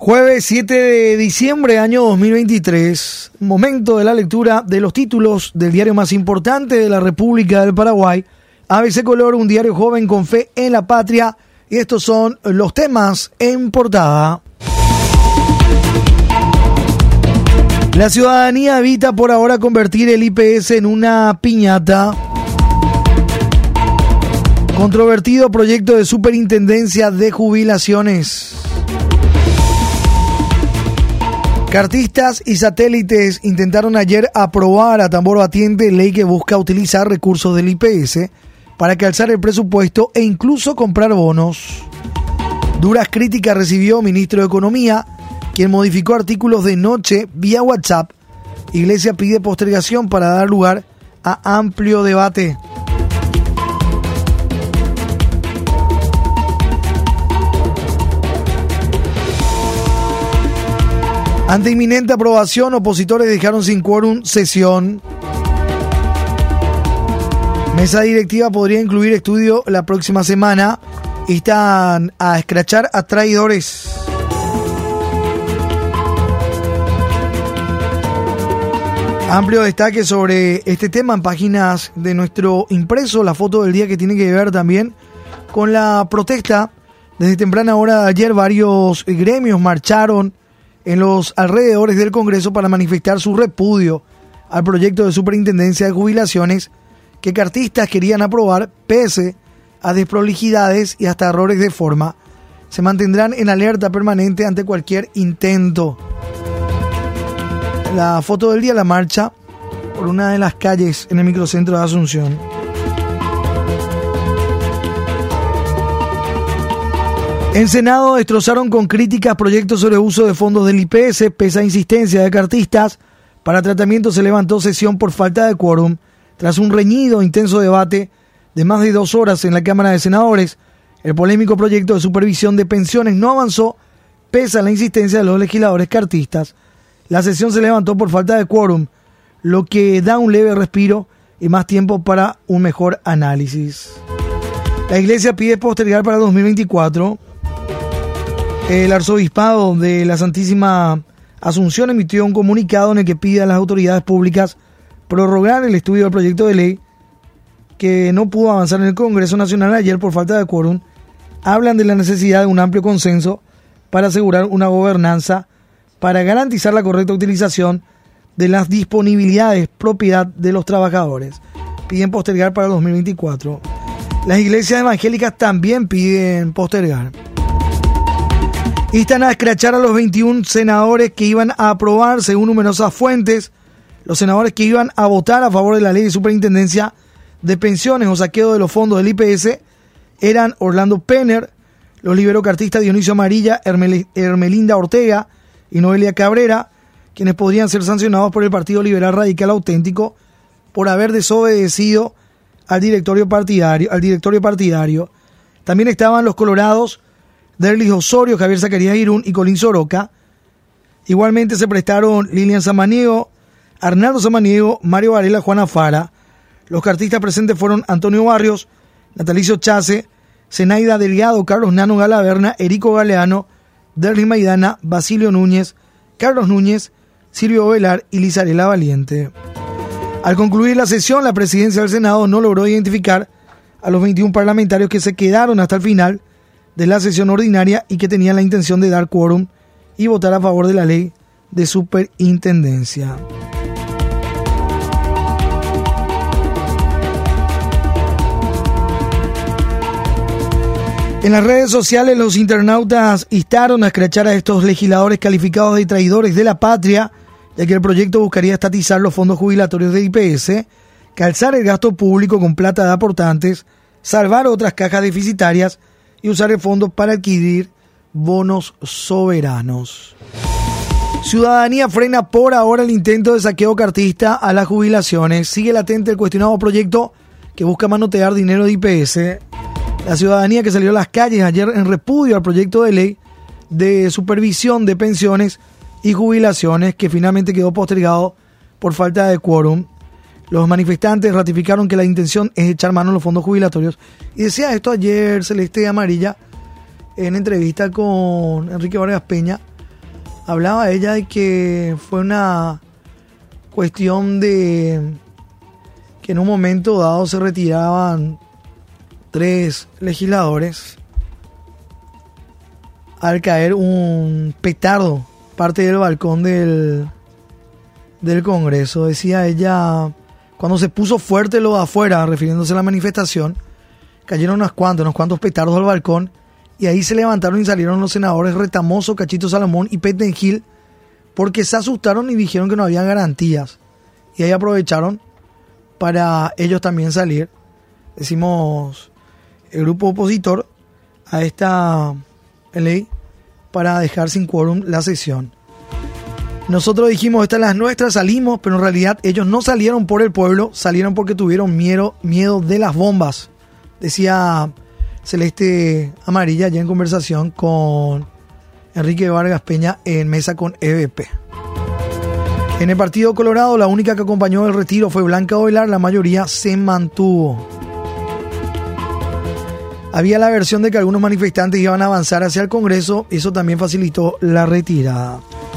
Jueves 7 de diciembre, año 2023, momento de la lectura de los títulos del diario más importante de la República del Paraguay, ABC Color, un diario joven con fe en la patria, y estos son los temas en portada. La ciudadanía evita por ahora convertir el IPS en una piñata. Controvertido proyecto de superintendencia de jubilaciones. Cartistas y satélites intentaron ayer aprobar a tambor batiente ley que busca utilizar recursos del IPS para calzar el presupuesto e incluso comprar bonos. Duras críticas recibió ministro de Economía, quien modificó artículos de noche vía WhatsApp. Iglesia pide postergación para dar lugar a amplio debate. Ante inminente aprobación, opositores dejaron sin quórum sesión. Mesa directiva podría incluir estudio la próxima semana. Están a escrachar a traidores. Amplio destaque sobre este tema en páginas de nuestro impreso. La foto del día que tiene que ver también con la protesta. Desde temprana hora de ayer varios gremios marcharon en los alrededores del Congreso para manifestar su repudio al proyecto de superintendencia de jubilaciones que cartistas querían aprobar pese a desprolijidades y hasta errores de forma. Se mantendrán en alerta permanente ante cualquier intento. La foto del día, la marcha por una de las calles en el microcentro de Asunción. En Senado destrozaron con críticas proyectos sobre uso de fondos del IPS, pese a insistencia de cartistas. Para tratamiento se levantó sesión por falta de quórum. Tras un reñido, intenso debate de más de 2 horas en la Cámara de Senadores, el polémico proyecto de supervisión de pensiones no avanzó, pese a la insistencia de los legisladores cartistas. La sesión se levantó por falta de quórum, lo que da un leve respiro y más tiempo para un mejor análisis. La Iglesia pide postergar para 2024. El arzobispado de la Santísima Asunción emitió un comunicado en el que pide a las autoridades públicas prorrogar el estudio del proyecto de ley que no pudo avanzar en el Congreso Nacional ayer por falta de quórum. Hablan de la necesidad de un amplio consenso para asegurar una gobernanza para garantizar la correcta utilización de las disponibilidades propiedad de los trabajadores. Piden postergar para 2024. Las iglesias evangélicas también piden postergar. Instan a escrachar a los 21 senadores que iban a aprobar, según numerosas fuentes. Los senadores que iban a votar a favor de la ley de superintendencia de pensiones o saqueo de los fondos del IPS eran Orlando Penner, los liberocartistas Dionisio Amarilla, Hermelinda Ortega y Noelia Cabrera, quienes podrían ser sancionados por el Partido Liberal Radical Auténtico por haber desobedecido al directorio partidario. También estaban los colorados Derlis Osorio, Javier Zacarías Irún y Colín Soroca. Igualmente se prestaron Lilian Samaniego, Arnaldo Samaniego, Mario Varela, Juana Fara. Los cartistas presentes fueron Antonio Barrios, Natalicio Chase, Zenaida Delgado, Carlos Nano Galaverna, Erico Galeano, Derlis Maidana, Basilio Núñez, Carlos Núñez, Silvio Velar y Lizarela Valiente. Al concluir la sesión, la presidencia del Senado no logró identificar a los 21 parlamentarios que se quedaron hasta el final de la sesión ordinaria y que tenían la intención de dar quórum y votar a favor de la ley de superintendencia. En las redes sociales, los internautas instaron a escrachar a estos legisladores calificados de traidores de la patria, ya que el proyecto buscaría estatizar los fondos jubilatorios de IPS, calzar el gasto público con plata de aportantes, salvar otras cajas deficitarias y usar el fondo para adquirir bonos soberanos. Ciudadanía frena por ahora el intento de saqueo cartista a las jubilaciones. Sigue latente el cuestionado proyecto que busca manotear dinero de IPS. La ciudadanía que salió a las calles ayer en repudio al proyecto de ley de supervisión de pensiones y jubilaciones que finalmente quedó postergado por falta de quórum. Los manifestantes ratificaron que la intención es echar mano a los fondos jubilatorios. Y decía esto ayer Celeste Amarilla en entrevista con Enrique Vargas Peña hablaba ella de que fue una cuestión de que en un momento dado se retiraban 3 legisladores al caer un petardo parte del balcón del Congreso. Decía ella, cuando se puso fuerte lo de afuera, refiriéndose a la manifestación, cayeron unos cuantos petardos al balcón y ahí se levantaron y salieron los senadores Retamoso, Cachito Salomón y Pettengill porque se asustaron y dijeron que no había garantías. Y ahí aprovecharon para ellos también salir, decimos, el grupo opositor a esta ley para dejar sin quórum la sesión. Nosotros dijimos, estas las nuestras, salimos, pero en realidad ellos no salieron por el pueblo, salieron porque tuvieron miedo de las bombas, decía Celeste Amarilla ya en conversación con Enrique Vargas Peña en Mesa con EVP. En el Partido Colorado, la única que acompañó el retiro fue Blanca Ovelar, la mayoría se mantuvo. Había la versión de que algunos manifestantes iban a avanzar hacia el Congreso, eso también facilitó la retirada.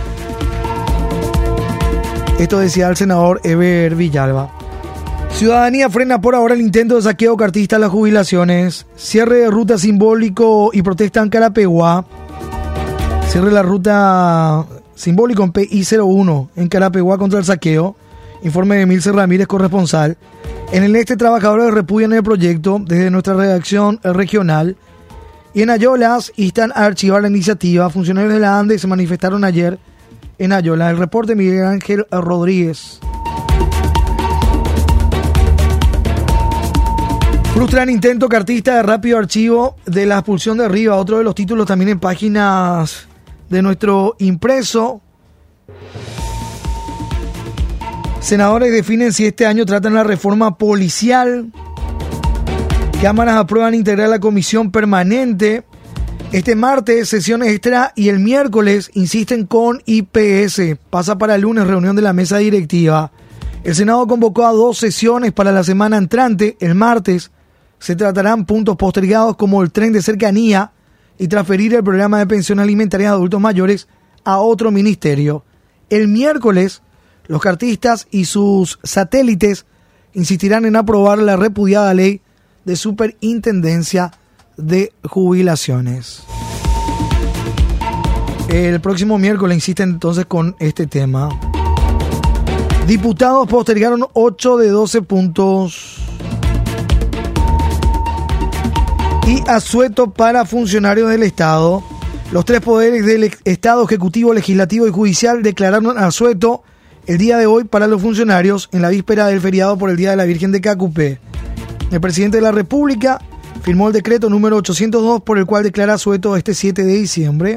Esto decía el senador Eber Villalba. Ciudadanía frena por ahora el intento de saqueo cartista a las jubilaciones. Cierre de ruta simbólico y protesta en Carapeguá. Cierre la ruta simbólico en PI01 en Carapeguá contra el saqueo. Informe de Milce Ramírez, corresponsal. En el este, trabajadores repudian el proyecto desde nuestra redacción regional. Y en Ayolas instan a archivar la iniciativa. Funcionarios de la ANDE se manifestaron ayer en Ayolas. El reporte de Miguel Ángel Rodríguez. Frustran intento cartista de rápido archivo de la expulsión de Rivas. Otro de los títulos también en páginas de nuestro impreso. Senadores definen si este año tratan la reforma policial. Cámaras aprueban integrar la comisión permanente. Este martes, sesión extra y el miércoles insisten con IPS. Pasa para el lunes, reunión de la mesa directiva. El Senado convocó a 2 sesiones para la semana entrante. El martes se tratarán puntos postergados como el tren de cercanía y transferir el programa de pensión alimentaria de adultos mayores a otro ministerio. El miércoles, los cartistas y sus satélites insistirán en aprobar la repudiada ley de superintendencia de jubilaciones. El próximo miércoles insisten entonces con este tema. Diputados postergaron 8 de 12 puntos. Y asueto para funcionarios del Estado. Los 3 poderes del Estado, Ejecutivo, Legislativo y Judicial, declararon asueto el día de hoy para los funcionarios en la víspera del feriado por el Día de la Virgen de Cacupé. El presidente de la República firmó el decreto número 802 por el cual declara asueto este 7 de diciembre.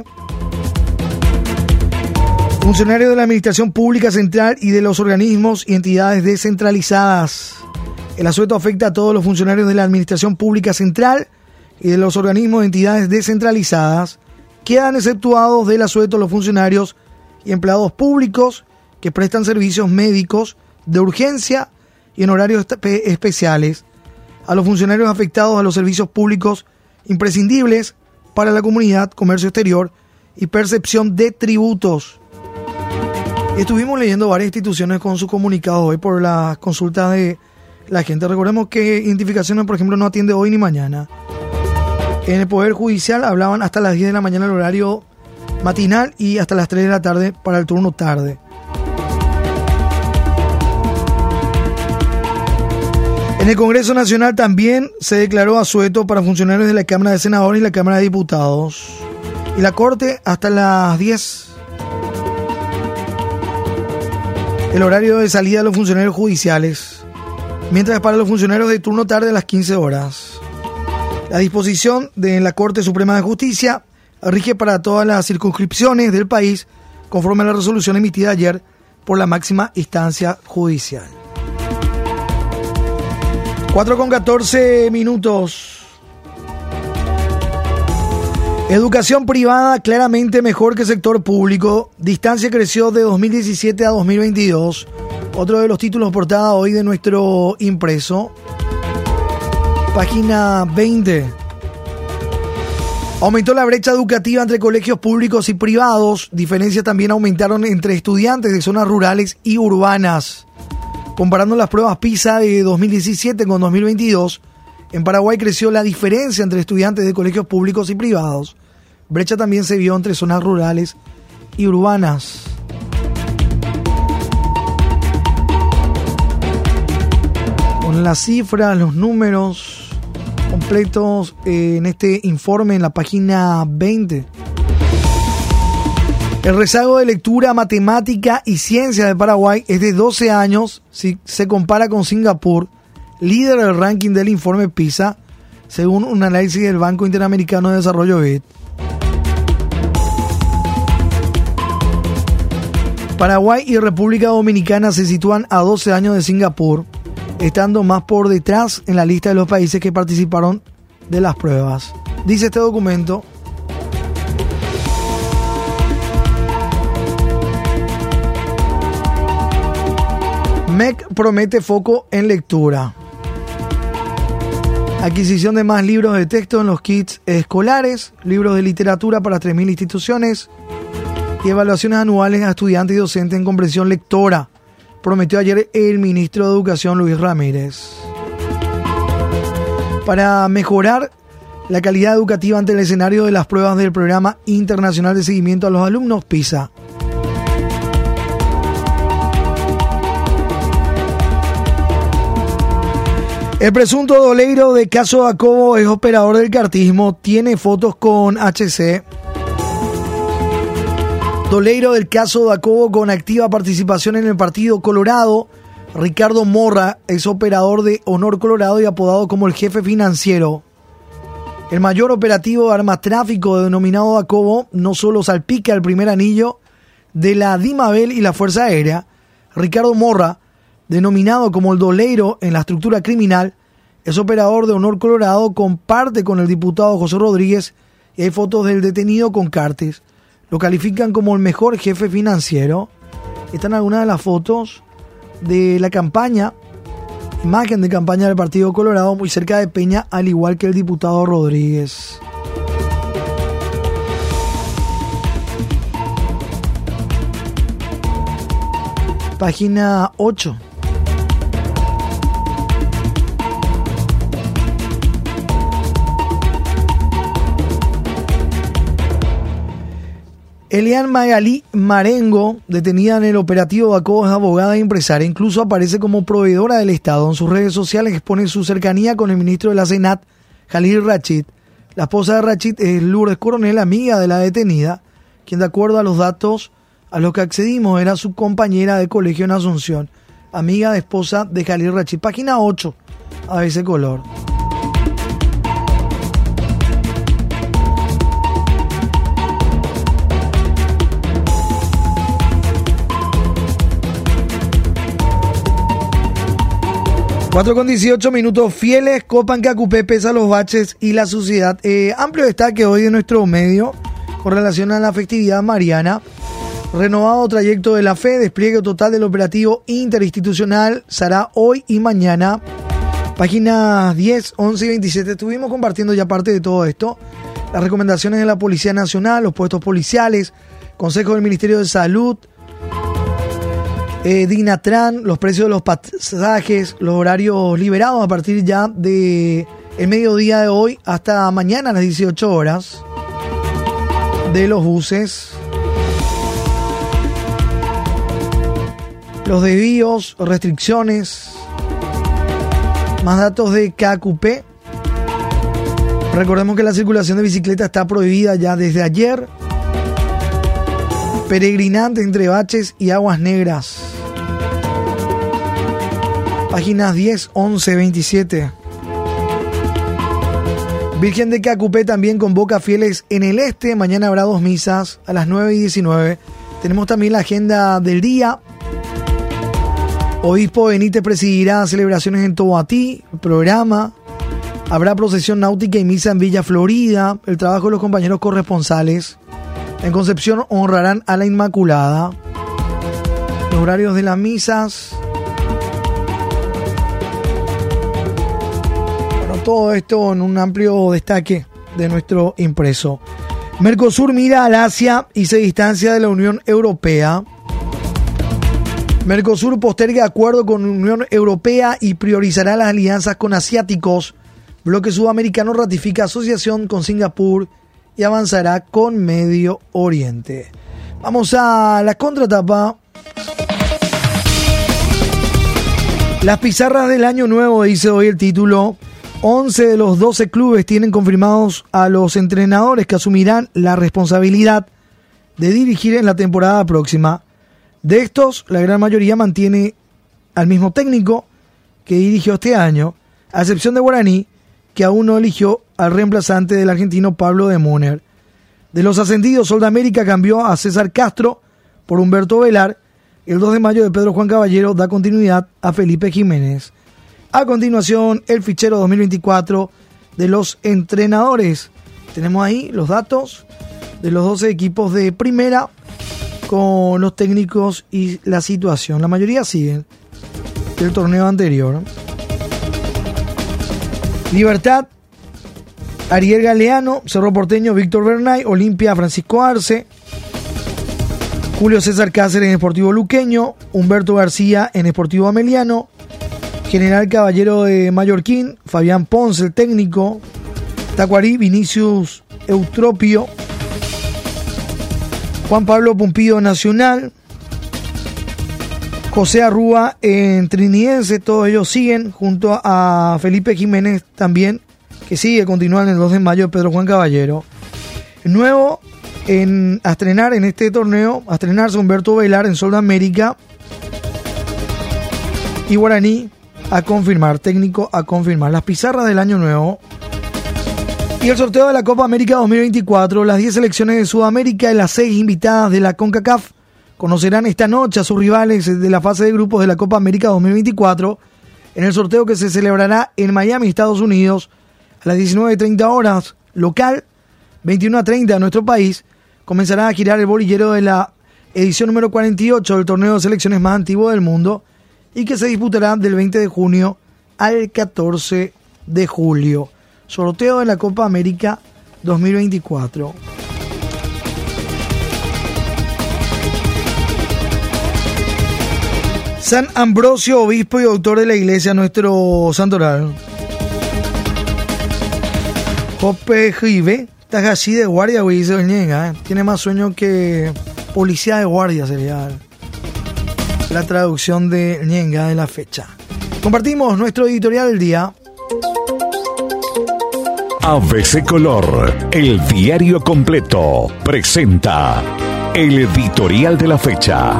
Funcionarios de la Administración Pública Central y de los organismos y entidades descentralizadas. El asueto afecta a todos los funcionarios de la Administración Pública Central y de los organismos y entidades descentralizadas. Quedan exceptuados del asueto los funcionarios y empleados públicos que prestan servicios médicos de urgencia y en horarios especiales, a los funcionarios afectados a los servicios públicos imprescindibles para la comunidad, comercio exterior y percepción de tributos. Estuvimos leyendo varias instituciones con sus comunicados hoy por las consultas de la gente. Recordemos que Identificaciones, por ejemplo, no atiende hoy ni mañana. En el Poder Judicial hablaban hasta las 10 de la mañana el horario matinal y hasta las 3 de la tarde para el turno tarde. En el Congreso Nacional también se declaró asueto para funcionarios de la Cámara de Senadores y la Cámara de Diputados. Y la Corte hasta las 10. El horario de salida de los funcionarios judiciales. Mientras para los funcionarios de turno tarde a las 15 horas. La disposición de la Corte Suprema de Justicia rige para todas las circunscripciones del país conforme a la resolución emitida ayer por la máxima instancia judicial. 4:14. Educación privada claramente mejor que sector público. Distancia creció de 2017 a 2022. Otro de los títulos portada hoy de nuestro impreso. Página 20. Aumentó la brecha educativa entre colegios públicos y privados. Diferencias también aumentaron entre estudiantes de zonas rurales y urbanas. Comparando las pruebas PISA de 2017 con 2022, en Paraguay creció la diferencia entre estudiantes de colegios públicos y privados. Brecha también se vio entre zonas rurales y urbanas. Con las cifras, los números completos en este informe en la página 20. El rezago de lectura, matemática y ciencia de Paraguay es de 12 años si se compara con Singapur, líder del ranking del informe PISA, según un análisis del Banco Interamericano de Desarrollo BID. Paraguay y República Dominicana se sitúan a 12 años de Singapur, estando más por detrás en la lista de los países que participaron de las pruebas. Dice este documento: MEC promete foco en lectura. Adquisición de más libros de texto en los kits escolares, libros de literatura para 3.000 instituciones y evaluaciones anuales a estudiantes y docentes en comprensión lectora, prometió ayer el ministro de Educación, Luis Ramírez. Para mejorar la calidad educativa ante el escenario de las pruebas del Programa Internacional de Seguimiento a los Alumnos, PISA. El presunto doleiro de caso Dacobo es operador del cartismo, tiene fotos con HC. Doleiro del caso Dacobo con activa participación en el Partido Colorado. Ricardo Morra es operador de Honor Colorado y apodado como el jefe financiero. El mayor operativo de armatráfico denominado Dacobo no solo salpica el primer anillo de la DIMABEL y la Fuerza Aérea. Ricardo Morra, denominado como el doleiro en la estructura criminal, es operador de Honor Colorado, comparte con el diputado José Rodríguez y hay fotos del detenido con cartes. Lo califican como el mejor jefe financiero. Están algunas de las fotos de la campaña, imagen de campaña del Partido Colorado muy cerca de Peña, al igual que el diputado Rodríguez. Página 8. Elian Magalí Marengo, detenida en el operativo Dacobo, es abogada e empresaria. Incluso aparece como proveedora del Estado. En sus redes sociales expone su cercanía con el ministro de la Senat, Jalil Rachid. La esposa de Rachid es Lourdes Coronel, amiga de la detenida, quien de acuerdo a los datos a los que accedimos era su compañera de colegio en Asunción, amiga de esposa de Jalil Rachid. Página 8, ABC Color. Con 18 minutos, fieles copan que Acupé pesa los baches y la suciedad. Amplio destaque hoy de nuestro medio con relación a la festividad mariana. Renovado trayecto de la fe, despliegue total del operativo interinstitucional será hoy y mañana. Páginas 10, 11 y 27. Estuvimos compartiendo ya parte de todo esto. Las recomendaciones de la Policía Nacional, los puestos policiales, consejo del Ministerio de Salud, Dinatran, los precios de los pasajes, los horarios liberados a partir ya de el mediodía de hoy hasta mañana a las 18 horas de los buses. Los desvíos, restricciones, más datos de KQP. Recordemos que la circulación de bicicleta está prohibida ya desde ayer. Peregrinante entre Baches y Aguas Negras. Páginas 10, 11, 27. Virgen de Cacupé también convoca fieles en el este. Mañana habrá 2 misas a las 9 y 19. Tenemos también la agenda del día. Obispo Benítez presidirá celebraciones en Toboatí, programa. Habrá procesión náutica y misa en Villa Florida. El trabajo de los compañeros corresponsales. En Concepción honrarán a la Inmaculada. Los horarios de las misas. Bueno, todo esto en un amplio destaque de nuestro impreso. Mercosur mira al Asia y se distancia de la Unión Europea. Mercosur posterga acuerdo con Unión Europea y priorizará las alianzas con asiáticos. Bloque sudamericano ratifica asociación con Singapur y avanzará con Medio Oriente. Vamos a la contratapa. Las pizarras del año nuevo, dice hoy el título. 11 de los 12 clubes tienen confirmados a los entrenadores que asumirán la responsabilidad de dirigir en la temporada próxima. De estos, la gran mayoría mantiene al mismo técnico que dirigió este año, a excepción de Guaraní, que aún no eligió al reemplazante del argentino Pablo de Moner. De los ascendidos, Sol de América cambió a César Castro por Humberto Velar. El 2 de mayo de Pedro Juan Caballero da continuidad a Felipe Jiménez. A continuación, el fichero 2024 de los entrenadores. Tenemos ahí los datos de los 12 equipos de primera con los técnicos y la situación. La mayoría siguen del torneo anterior. Libertad, Ariel Galeano, Cerro Porteño, Víctor Bernay, Olimpia, Francisco Arce, Julio César Cáceres en Sportivo Luqueño, Humberto García en Sportivo Ameliano, General Caballero de Mallorquín, Fabián Ponce, el técnico, Tacuarí, Vinicius Eutropio, Juan Pablo Pumpido Nacional, José Arrúa en Trinidense, todos ellos siguen, junto a Felipe Jiménez también, que sigue, continúa en el 2 de mayo de Pedro Juan Caballero. Nuevo a estrenar en este torneo, a estrenarse Humberto Velar en Sol de América y Guaraní a confirmar, técnico a confirmar. Las pizarras del año nuevo. Y el sorteo de la Copa América 2024, las 10 selecciones de Sudamérica y las 6 invitadas de la CONCACAF conocerán esta noche a sus rivales de la fase de grupos de la Copa América 2024 en el sorteo que se celebrará en Miami, Estados Unidos, a las 19:30 horas local, 21:30 de nuestro país. Comenzará a girar el bolillero de la edición número 48 del torneo de selecciones más antiguo del mundo y que se disputará del 20 de junio al 14 de julio. Sorteo de la Copa América 2024. San Ambrosio, obispo y autor de la iglesia, nuestro santoral. Jope Jive, está así de guardia, güey, dice Ñenga, Tiene más sueño que policía de guardia, sería la traducción de Ñenga de la fecha. Compartimos nuestro editorial del día. ABC Color, el diario completo, presenta el editorial de la fecha.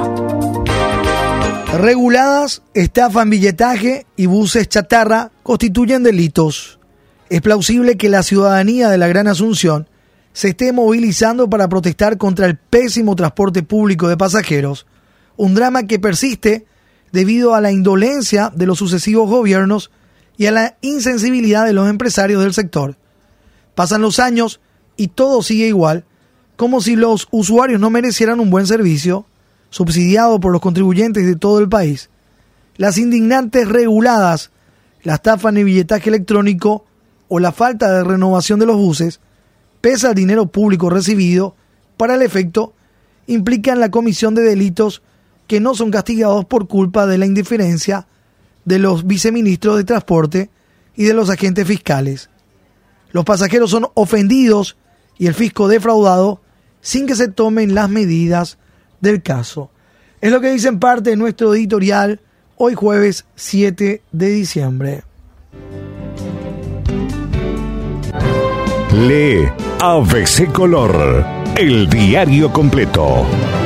Reguladas, estafa en billetaje y buses chatarra constituyen delitos. Es plausible que la ciudadanía de la Gran Asunción se esté movilizando para protestar contra el pésimo transporte público de pasajeros, un drama que persiste debido a la indolencia de los sucesivos gobiernos y a la insensibilidad de los empresarios del sector. Pasan los años y todo sigue igual, como si los usuarios no merecieran un buen servicio, subsidiado por los contribuyentes de todo el país. Las indignantes reguladas, la estafa en el billetaje electrónico o la falta de renovación de los buses, pese al dinero público recibido para el efecto, implican la comisión de delitos que no son castigados por culpa de la indiferencia de los viceministros de Transporte y de los agentes fiscales. Los pasajeros son ofendidos y el fisco defraudado sin que se tomen las medidas del caso. Es lo que dice en parte de nuestro editorial hoy jueves 7 de diciembre. Lee ABC Color, el diario completo.